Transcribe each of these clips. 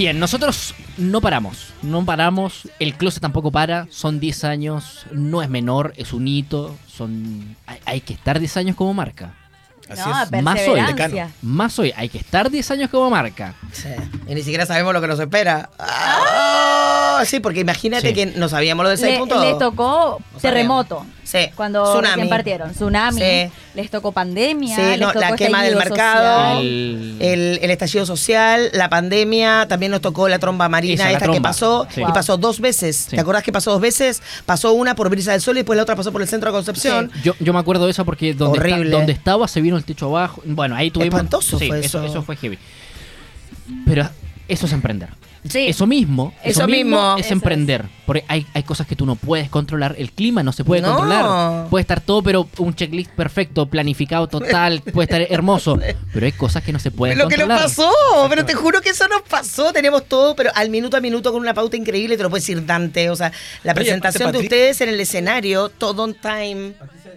Bien, nosotros no paramos, el closet tampoco para, son 10 años, no es menor, es un hito, hay que estar 10 años como marca. Así No, es. perseverancia. Más hoy, hay que estar 10 años como marca. Sí. Y ni siquiera sabemos lo que nos espera. Sí, porque imagínate Sí. que no sabíamos lo de 6 puntos. Les tocó No terremoto. Sí. Cuando Tsunami. recién partieron. Tsunami. Sí. Les tocó pandemia. Sí, les no, tocó la quema del estallido mercado, social. el estallido social, la pandemia, también nos tocó la tromba marina Esa, la esta que tromba. pasó, Sí. y pasó 2 veces. Sí. ¿Te acordás que pasó 2 veces? Pasó una por Brisa del Sol y después la otra pasó por el centro de Concepción. Yo me acuerdo de esa porque Horrible. donde estaba se vino el techo abajo. Bueno, ahí tuvimos... Espantoso sí, fue eso. Eso fue heavy. Pero eso es emprender. Sí. Eso mismo Eso es mismo. emprender. Porque hay cosas que tú no puedes controlar. El clima no se puede No. controlar. Puede estar todo, pero un checklist perfecto, planificado total, puede estar hermoso. Pero hay cosas que no se pueden Lo que controlar. nos pasó, pero te juro que eso nos pasó. Teníamos todo, pero al minuto a minuto con una pauta increíble, te lo puede decir Dante. O sea, la Oye, presentación aparte, de ustedes en el escenario, todo on time. Patricia,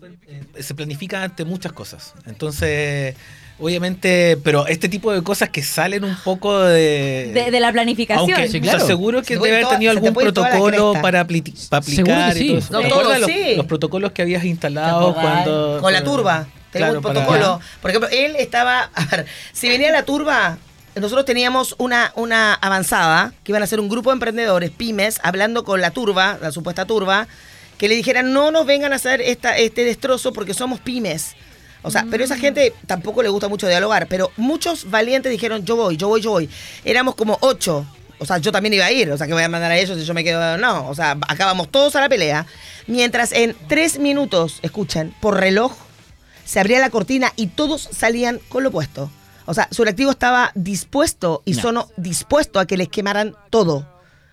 se planifica ante muchas cosas. Entonces, obviamente, pero este tipo de cosas que salen un poco de De la planificación. aunque Sí, claro. o sea, seguro que Se te debe haber puede tenido se te algún puede ir toda la protocolo cresta. para aplicar Seguro que sí. y todo eso. No, ¿Te todo, acuerdas sí. los protocolos que habías ¿Te instalado acordás? cuando Con la turba. Tenemos Claro, un para- protocolo. Por ejemplo, él estaba. A ver, si venía la turba, nosotros teníamos una avanzada que iban a ser un grupo de emprendedores, pymes, hablando con la turba, la supuesta turba, que le dijeran: no nos vengan a hacer este destrozo porque somos pymes. O sea, pero esa gente tampoco le gusta mucho dialogar. Pero muchos valientes dijeron: yo voy. Éramos como 8. O sea, yo también iba a ir. O sea, que voy a mandar a ellos si yo me quedo. No, o sea, acá vamos todos a la pelea. Mientras en 3 minutos, escuchen, por reloj, se abría la cortina y todos salían con lo puesto. O sea, Suractivo estaba dispuesto y No. Sono dispuesto a que les quemaran todo.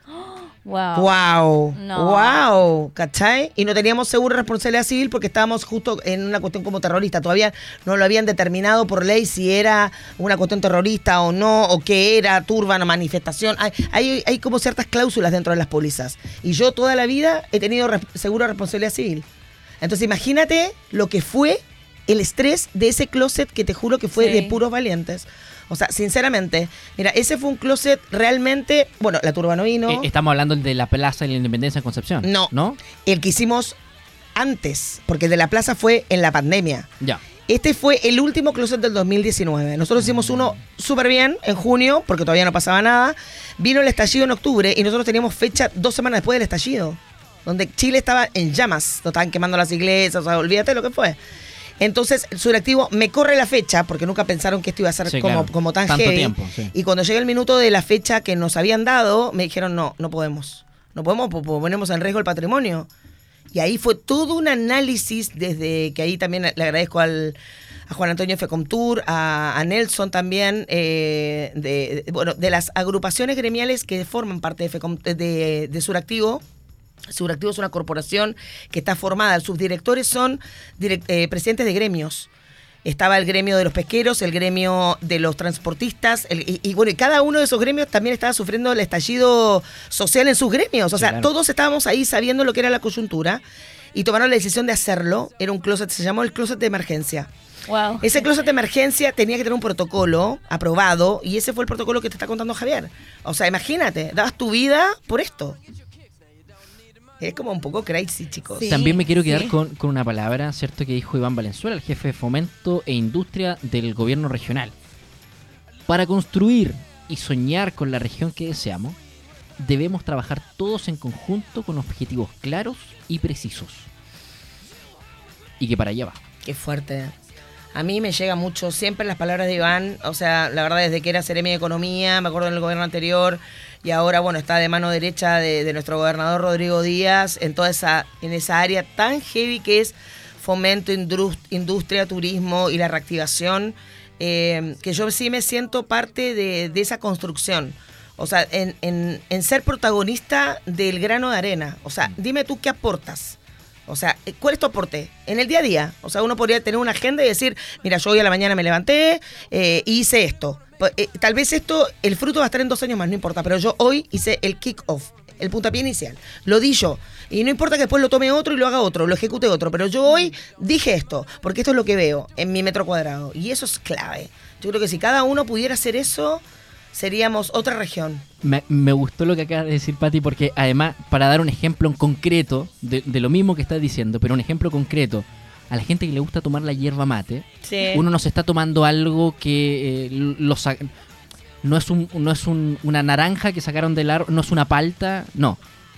Wow. ¡Wow! No. ¡Wow! ¿Cachai? Y no teníamos seguro de responsabilidad civil porque estábamos justo en una cuestión como terrorista. Todavía no lo habían determinado por ley si era una cuestión terrorista o no, o qué era, turba, una manifestación. Hay como ciertas cláusulas dentro de las pólizas. Y yo toda la vida he tenido seguro de responsabilidad civil. Entonces imagínate lo que fue el estrés de ese closet que te juro que fue Sí. de puros valientes. O sea, sinceramente, mira, ese fue un closet realmente... Bueno, la turba no vino. Estamos hablando de la Plaza de la Independencia en Concepción. No. ¿No? El que hicimos antes, porque el de la plaza fue en la pandemia. Ya. Este fue el último closet del 2019. Nosotros hicimos uno súper bien en junio, porque todavía no pasaba nada. Vino el estallido en octubre y nosotros teníamos fecha 2 semanas después del estallido, donde Chile estaba en llamas, lo estaban quemando las iglesias, o sea, olvídate lo que fue. Entonces, Suractivo me corre la fecha, porque nunca pensaron que esto iba a ser Sí, como, claro. como tan Tanto heavy. tiempo, sí. Y cuando llega el minuto de la fecha que nos habían dado, me dijeron: no podemos. No podemos, porque ponemos en riesgo el patrimonio. Y ahí fue todo un análisis, desde que ahí también le agradezco a Juan Antonio Fecomtur, a Nelson también, de las agrupaciones gremiales que forman parte de Suractivo. Suractivo es una corporación que está formada, los subdirectores son presidentes de gremios. Estaba el gremio de los pesqueros, el gremio de los transportistas, y bueno, y cada uno de esos gremios también estaba sufriendo el estallido social en sus gremios. O Sí, sea, claro. todos estábamos ahí sabiendo lo que era la coyuntura y tomaron la decisión de hacerlo. Era un closet, se llamó el closet de emergencia. Wow. Ese closet de emergencia tenía que tener un protocolo aprobado y ese fue el protocolo que te está contando Javier. O sea, imagínate, dabas tu vida por esto. Es como un poco crazy, chicos. Sí. También me quiero quedar sí. con una palabra, ¿cierto?, que dijo Iván Valenzuela, el jefe de fomento e industria del gobierno regional. Para construir y soñar con la región que deseamos, debemos trabajar todos en conjunto con objetivos claros y precisos. Y que para allá va. Qué fuerte. A mí me llega mucho siempre las palabras de Iván. O sea, la verdad, desde que era Seremi de Economía, me acuerdo en el gobierno anterior, y ahora, bueno, está de mano derecha de nuestro gobernador Rodrigo Díaz en en esa área tan heavy que es fomento, industria, turismo y la reactivación, que yo sí me siento parte de esa construcción. O sea, en ser protagonista del grano de arena. O sea, dime tú qué aportas. O sea, ¿cuál es tu aporte? En el día a día. O sea, uno podría tener una agenda y decir: mira, yo hoy a la mañana me levanté y hice esto. Tal vez el fruto va a estar en 2 años más, no importa. Pero yo hoy hice el kick-off, el puntapié inicial. Lo di yo. Y no importa que después lo tome otro y lo haga otro, lo ejecute otro. Pero yo hoy dije esto, porque esto es lo que veo en mi metro cuadrado. Y eso es clave. Yo creo que si cada uno pudiera hacer eso, seríamos otra región. Me gustó lo que acabas de decir, Pati, porque además, para dar un ejemplo en concreto de lo mismo que estás diciendo, pero un ejemplo concreto, a la gente que le gusta tomar la hierba mate, Sí. uno no se está tomando algo que no es una naranja que sacaron del árbol, no es una palta, no.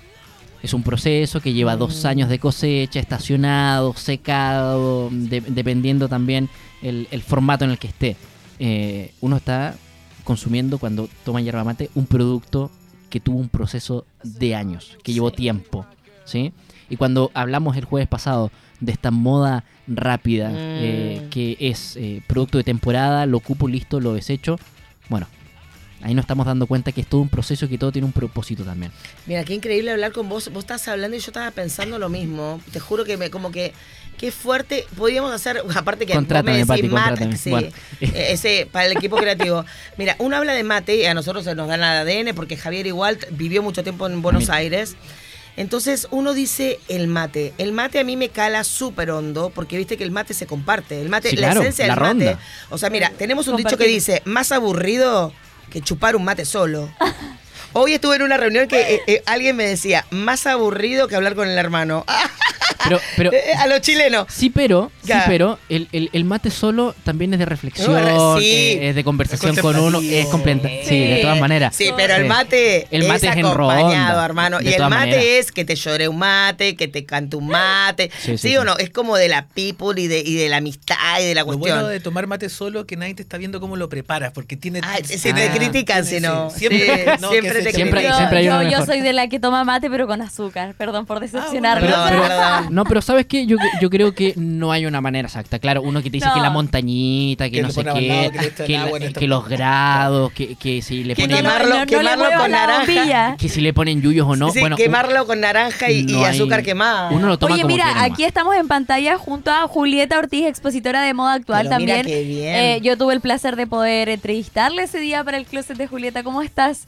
Es un proceso que lleva 2 años de cosecha, estacionado, secado, dependiendo también el formato en el que esté. Uno está consumiendo, cuando toma yerba mate, un producto que tuvo un proceso de años, que llevó tiempo, ¿sí? Y cuando hablamos el jueves pasado de esta moda rápida, que es producto de temporada, lo ocupo, listo, lo desecho, bueno, ahí nos estamos dando cuenta que es todo un proceso, que todo tiene un propósito también. Mira, qué increíble hablar con vos. Vos estás hablando y yo estaba pensando lo mismo. Te juro que qué fuerte. Podríamos hacer, aparte que Contrátame, vos me Pati, decís mate, contrátame. sí, Bueno. ese para el equipo creativo. Mira, uno habla de mate y a nosotros se nos da el ADN porque Javier igual vivió mucho tiempo en Buenos Aires. Entonces uno dice el mate. El mate a mí me cala súper hondo porque viste que el mate se comparte. El mate, Sí, la claro, esencia la del mate. ronda. O sea, mira, tenemos un dicho que Compartir. dice, más aburrido que chupar un mate solo. Hoy estuve en una reunión que alguien me decía, más aburrido que hablar con el hermano. Pero A los chilenos. sí, pero Ya. el mate solo también es de reflexión, Sí. es de conversación Es con uno, contemplativo. es completa. Sí, de todas maneras. Sí, pero el mate El mate es en acompañado, ronda, hermano. de Y el todas mate maneras. es que te llore un mate, que te cante un mate. Sí, ¿Sí, sí, o sí. no? Es como de la people y de la amistad y de la Lo cuestión. bueno de tomar mate solo que nadie te está viendo cómo lo preparas, porque tiene... Ay, si te critican, si no. Siempre, Sí, no, siempre que te se- Siempre- Yo, siempre hay uno yo mejor. soy de la que toma mate, pero con azúcar. Perdón por decepcionarlo. Pero, No, pero- perdón. no, pero ¿sabes qué? Yo creo que no hay una manera exacta. Claro, uno que te dice No. que la montañita, que Que no le sé pone al qué, lado, que le echa el que, agua en esta que los punta. grados, que si le Que ponen... quemarlo- le quemarlo muevas con la naranja. bombilla. Que si le ponen yuyos o no. Sí, bueno, quemarlo con naranja y no hay- azúcar quemada. Uno lo toma Oye, como mira, quiere nomás. aquí estamos en pantalla junto a Julieta Ortiz, expositora de moda actual Pero mira también. qué bien. Yo tuve el placer de poder entrevistarle ese día para el closet de Julieta. ¿Cómo estás?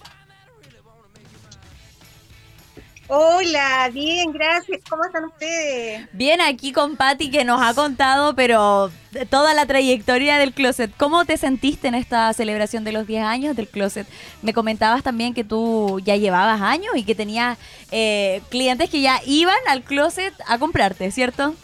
Hola, bien, gracias. ¿Cómo están ustedes? Bien, aquí con Patti que nos ha contado, pero toda la trayectoria del closet. ¿Cómo te sentiste en esta celebración de los 10 años del closet? Me comentabas también que tú ya llevabas años y que tenías clientes que ya iban al closet a comprarte, ¿cierto?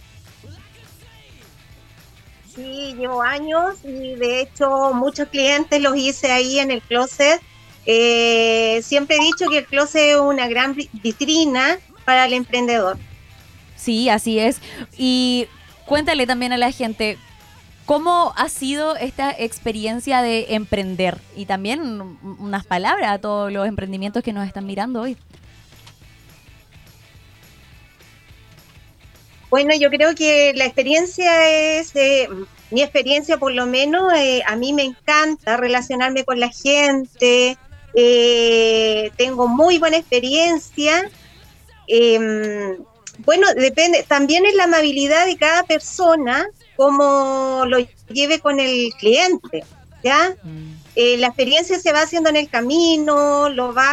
Sí, llevo años y de hecho muchos clientes los hice ahí en el closet. Siempre he dicho que el closet es una gran vitrina para el emprendedor. Sí, así es. Y cuéntale también a la gente, ¿cómo ha sido esta experiencia de emprender? Y también unas palabras a todos los emprendimientos que nos están mirando hoy. Bueno, yo creo que la experiencia es, mi experiencia por lo menos, a mí me encanta relacionarme con la gente, tengo muy buena experiencia. Bueno, depende, también es la amabilidad de cada persona, cómo lo lleve con el cliente, ¿ya? La experiencia se va haciendo en el camino,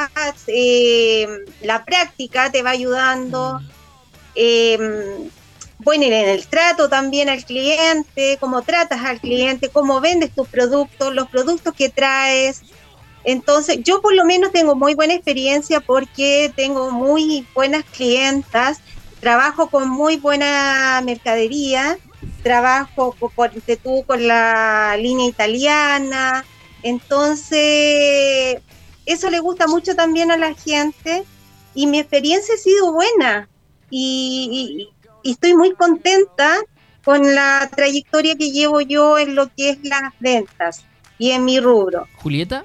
la práctica te va ayudando. Bueno, y en el trato también al cliente, cómo tratas al cliente, cómo vendes tus productos, los productos que traes. Entonces, yo por lo menos tengo muy buena experiencia porque tengo muy buenas clientas, trabajo con muy buena mercadería, trabajo con la línea italiana. Entonces, eso le gusta mucho también a la gente y mi experiencia ha sido buena y estoy muy contenta con la trayectoria que llevo yo en lo que es las ventas y en mi rubro. Julieta,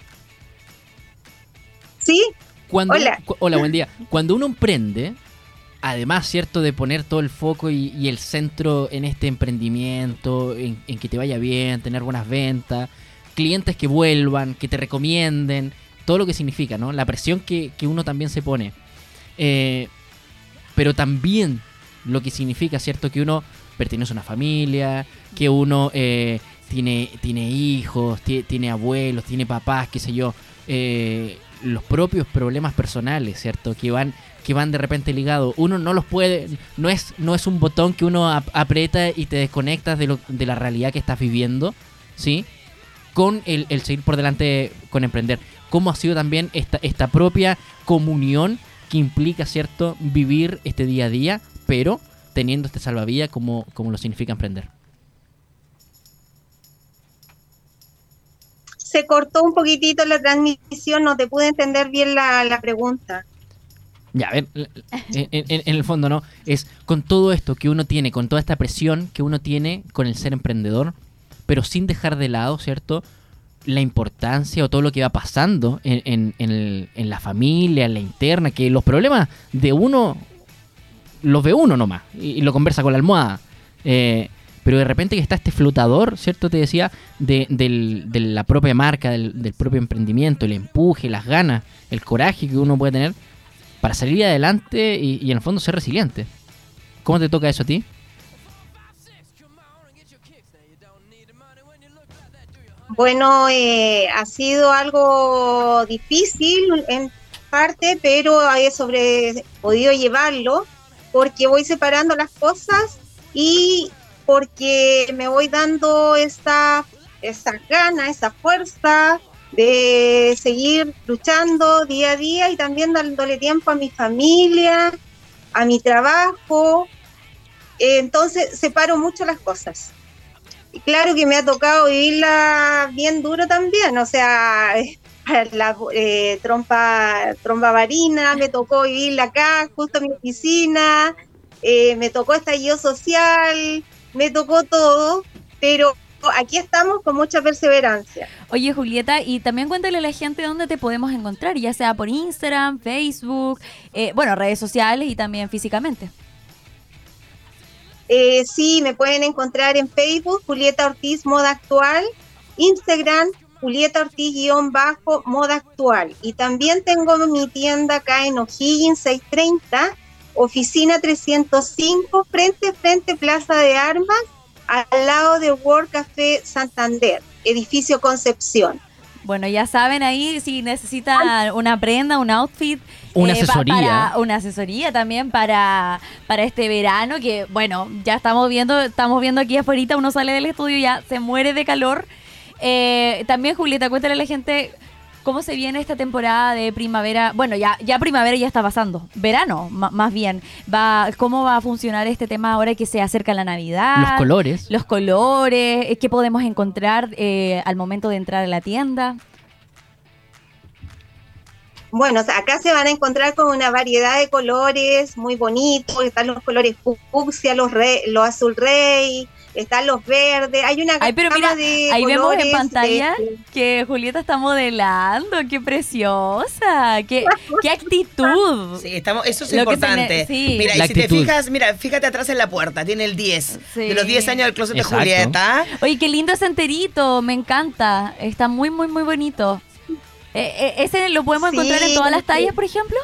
¿Sí? hola, Hola. buen día. Cuando uno emprende, además, ¿cierto?, de poner todo el foco y el centro en este emprendimiento, en que te vaya bien, tener buenas ventas, clientes que vuelvan, que te recomienden, todo lo que significa, ¿no? La presión que uno también se pone. Pero también lo que significa, ¿cierto?, que uno pertenece a una familia, que uno tiene hijos, tiene abuelos, tiene papás, qué sé yo, los propios problemas personales, ¿cierto?, que van de repente ligados. Uno no los puede, no es un botón que uno aprieta y te desconectas de la realidad que estás viviendo, ¿sí? con el seguir por delante con emprender. ¿Cómo ha sido también esta propia comunión que implica, ¿cierto?, vivir este día a día, pero teniendo este salvavidas como lo significa emprender? Se cortó un poquitito la transmisión, no te pude entender bien la pregunta. Ya, a ver, en el fondo, ¿no? Es con todo esto que uno tiene, con toda esta presión que uno tiene con el ser emprendedor, pero sin dejar de lado, ¿cierto?, la importancia o todo lo que va pasando en la familia, en la interna, que los problemas de uno los ve uno nomás y lo conversa con la almohada. Pero de repente que está este flotador, ¿cierto? Te decía, de la propia marca, del propio emprendimiento, el empuje, las ganas, el coraje que uno puede tener para salir adelante y en el fondo ser resiliente. ¿Cómo te toca eso a ti? Bueno, ha sido algo difícil en parte, pero he podido llevarlo porque voy separando las cosas y porque me voy dando esa gana, esa fuerza de seguir luchando día a día y también dándole tiempo a mi familia, a mi trabajo. Entonces separo mucho las cosas. Y claro que me ha tocado vivirla bien duro también, o sea, la tromba varina, me tocó vivirla acá, justo en mi oficina, me tocó estallido social, me tocó todo, pero aquí estamos con mucha perseverancia. Oye, Julieta, y también cuéntale a la gente dónde te podemos encontrar, ya sea por Instagram, Facebook, redes sociales y también físicamente. Sí, me pueden encontrar en Facebook, Julieta Ortiz Moda Actual, Instagram, Julieta Ortiz_Moda Actual. Y también tengo mi tienda acá en O'Higgins 630, oficina 305, frente Plaza de Armas, al lado de World Café Santander, edificio Concepción. Bueno, ya saben ahí si necesitan una prenda, un outfit. Una asesoría. Una asesoría también para este verano, que bueno, ya estamos viendo aquí afuera, uno sale del estudio y ya se muere de calor. También, Julieta, cuéntale a la gente cómo se viene esta temporada de primavera. Bueno, ya primavera ya está pasando. Verano, más bien. ¿Cómo va a funcionar este tema ahora que se acerca la Navidad? Los colores, ¿qué podemos encontrar al momento de entrar a la tienda? Bueno, acá se van a encontrar con una variedad de colores muy bonitos. Están los colores fucsia, los azul rey, están los verdes. Hay una pero mira, de ahí colores, vemos en pantalla que Julieta está modelando. ¡Qué preciosa! ¡Qué actitud! Sí, eso es importante. Sí. Mira, y si te fijas, fíjate atrás en la puerta, tiene el 10. Sí. De los 10 años del closet de Julieta. Oye, qué lindo ese enterito, me encanta. Está muy, muy, muy bonito. ¿Ese lo podemos encontrar en todas las tallas, por ejemplo?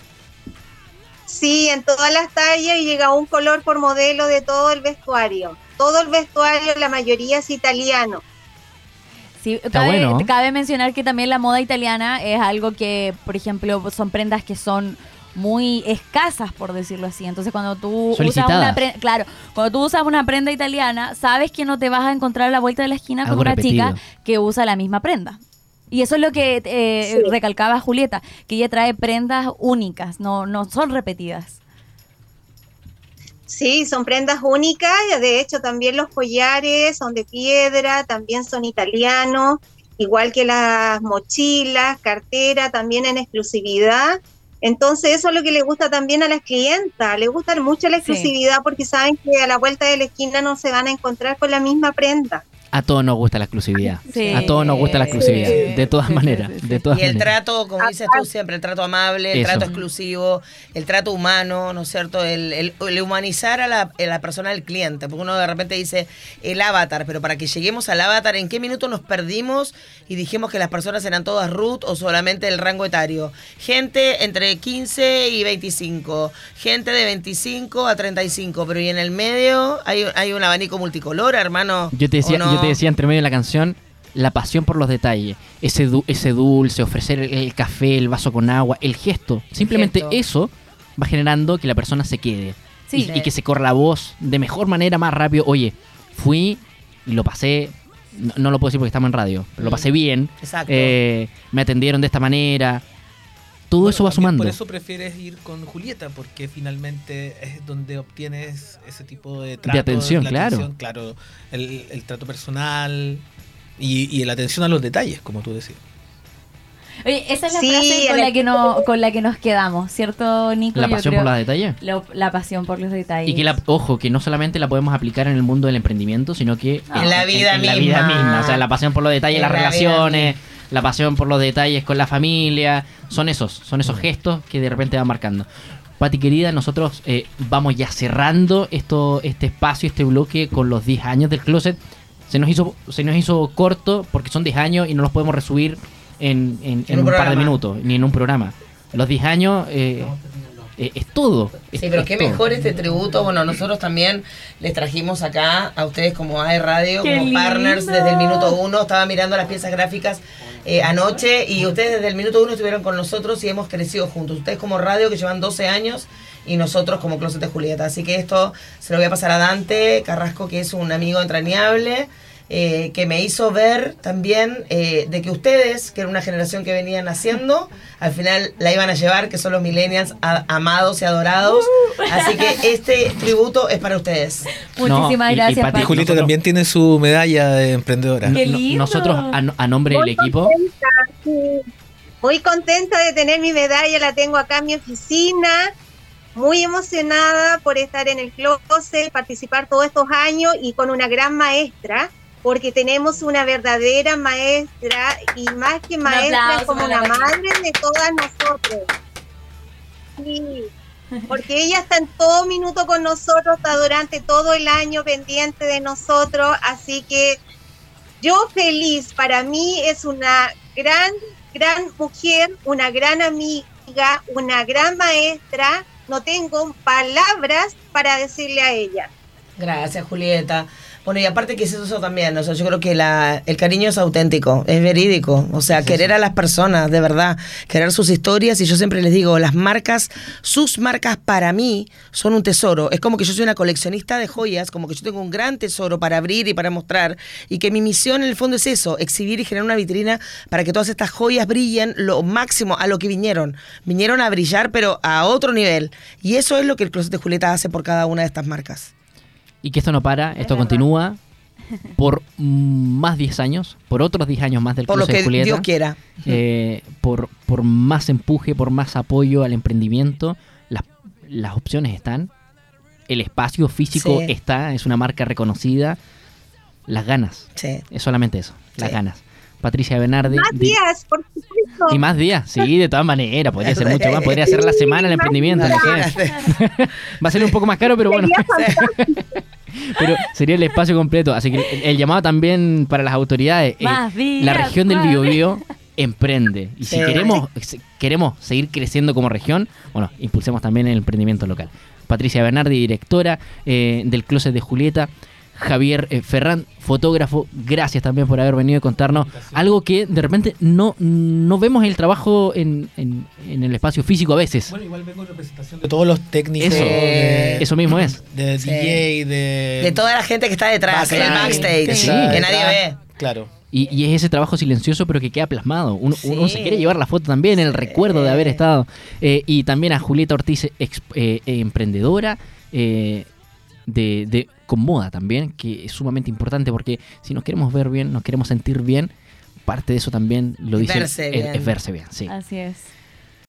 Sí, en todas las tallas, y llega un color por modelo de todo el vestuario. Todo el vestuario, la mayoría es italiano. Sí, cabe mencionar que también la moda italiana es algo que, por ejemplo, son prendas que son muy escasas, por decirlo así. Entonces, cuando tú usas una prenda italiana, sabes que no te vas a encontrar a la vuelta de la esquina con una chica que usa la misma prenda. Y eso es lo que recalcaba Julieta, que ella trae prendas únicas, no son repetidas. Sí, son prendas únicas, de hecho también los collares son de piedra, también son italianos, igual que las mochilas, cartera, también en exclusividad. Entonces eso es lo que le gusta también a las clientas, le gusta mucho la exclusividad porque saben que a la vuelta de la esquina no se van a encontrar con la misma prenda. A todos nos gusta la exclusividad. Sí. A todos nos gusta la exclusividad. De todas maneras. Y el trato, como dices tú siempre, el trato amable, el trato exclusivo, el trato humano, ¿no es cierto? El humanizar a la persona del cliente. Porque uno de repente dice el avatar, pero para que lleguemos al avatar, ¿en qué minuto nos perdimos y dijimos que las personas eran todas root o solamente el rango etario? Gente entre 15 y 25, gente de 25 a 35, pero y en el medio hay un abanico multicolor, hermano. Yo te decía entre medio de la canción, la pasión por los detalles, ese dulce, ofrecer el café, el vaso con agua, el gesto. Simplemente eso va generando que la persona se quede. Y que se corra la voz de mejor manera, más rápido. Oye, fui y lo pasé no lo puedo decir porque estamos en radio, pero lo pasé bien. Exacto. Me atendieron de esta manera. Todo eso va también sumando. Por eso prefieres ir con Julieta, porque finalmente es donde obtienes ese tipo de trato. De atención, la claro. atención, claro, el trato personal y la atención a los detalles, como tú decías. Oye, esa es la Sí, frase con la que nos quedamos, ¿cierto, Nico? La Yo pasión creo. por los detalles. La pasión por los detalles. Y que, ojo, que no solamente la podemos aplicar en el mundo del emprendimiento, sino que En la vida en la vida misma. misma. O sea, la pasión por los detalles, En las la vida relaciones, la pasión por los detalles con la familia. Son esos gestos que de repente van marcando. Pati querida, nosotros vamos ya cerrando este espacio, este bloque con los 10 años del closet. Se nos hizo corto porque son 10 años y no los podemos resumir en un par de programa. minutos, ni en un programa. Los 10 años es todo. Sí, pero es qué todo. mejor este tributo. Bueno, nosotros también les trajimos acá a ustedes como AE Radio, ¡Qué como partners lindo! desde el minuto 1. Estaba mirando las piezas gráficas anoche y ustedes desde el minuto 1 estuvieron con nosotros y hemos crecido juntos. Ustedes como radio que llevan 12 años y nosotros como Closet de Julieta. Así que esto se lo voy a pasar a Dante Carrasco, que es un amigo entrañable. Que me hizo ver también de que ustedes, que era una generación que venían naciendo, al final la iban a llevar, que son los millennials amados y adorados. Así que este tributo es para ustedes. Muchísimas No, y gracias, Pati, Y Pati. Julieta nosotros- también tiene su medalla de emprendedora. Qué lindo. Nosotros, a nombre del Muy equipo, contenta, sí. Muy contenta de tener mi medalla, la tengo acá en mi oficina. Muy emocionada por estar en el closet, participar todos estos años y con una gran maestra, porque tenemos una verdadera maestra y más que maestra aplauso es como para una la Pati. madre de todas nosotros. Sí, porque ella está en todo minuto con nosotros, está durante todo el año pendiente de nosotros, así que yo feliz, para mí es una gran mujer, una gran amiga, una gran maestra, no tengo palabras para decirle a ella. Gracias, Julieta. Bueno, y aparte que es eso también, o sea, yo creo que el cariño es auténtico, es verídico, o sea, querer a las personas, de verdad, querer sus historias, y yo siempre les digo, las marcas, sus marcas para mí son un tesoro, es como que yo soy una coleccionista de joyas, como que yo tengo un gran tesoro para abrir y para mostrar, y que mi misión en el fondo es eso, exhibir y generar una vitrina para que todas estas joyas brillen lo máximo a lo que vinieron a brillar, pero a otro nivel, y eso es lo que el Closet de Julieta hace por cada una de estas marcas. y que esto no para, esto continúa por más 10 años, por otros 10 años más del Por lo Closet de que Julieta. Dios quiera. Por más empuje, por más apoyo al emprendimiento, las opciones están, el espacio físico Sí. está, es una marca reconocida, las ganas, Sí. es solamente eso, las Sí. ganas. Patricia Bernardi. Más días, por supuesto. Y más días, sí, de todas maneras, podría ser mucho más, podría ser la semana el emprendimiento, no sé. Va a ser un poco más caro, pero bueno. Sería fantástico. Pero sería el espacio completo. Así que el llamado también para las autoridades. Más días, la región del más Biobío emprende. Y si Sí. queremos seguir creciendo como región, bueno, impulsemos también el emprendimiento local. Patricia Bernardi, directora del Closet de Julieta. Javier Ferrán, fotógrafo, gracias también por haber venido a contarnos algo que de repente no vemos el trabajo en el espacio físico a veces. Bueno, igual vengo en representación de todos los técnicos. Eso, eso mismo es. De Sí. DJ, De toda la gente que está detrás, en el backstage, Sí. que nadie ve. Claro. Y es ese trabajo silencioso pero que queda plasmado. Uno Sí. se quiere llevar la foto también, el recuerdo de haber estado. Y también a Julieta Ortiz, emprendedora, con moda también, que es sumamente importante porque si nos queremos ver bien, nos queremos sentir bien, parte de eso también lo dice Verse bien. es verse bien. Sí. Así es.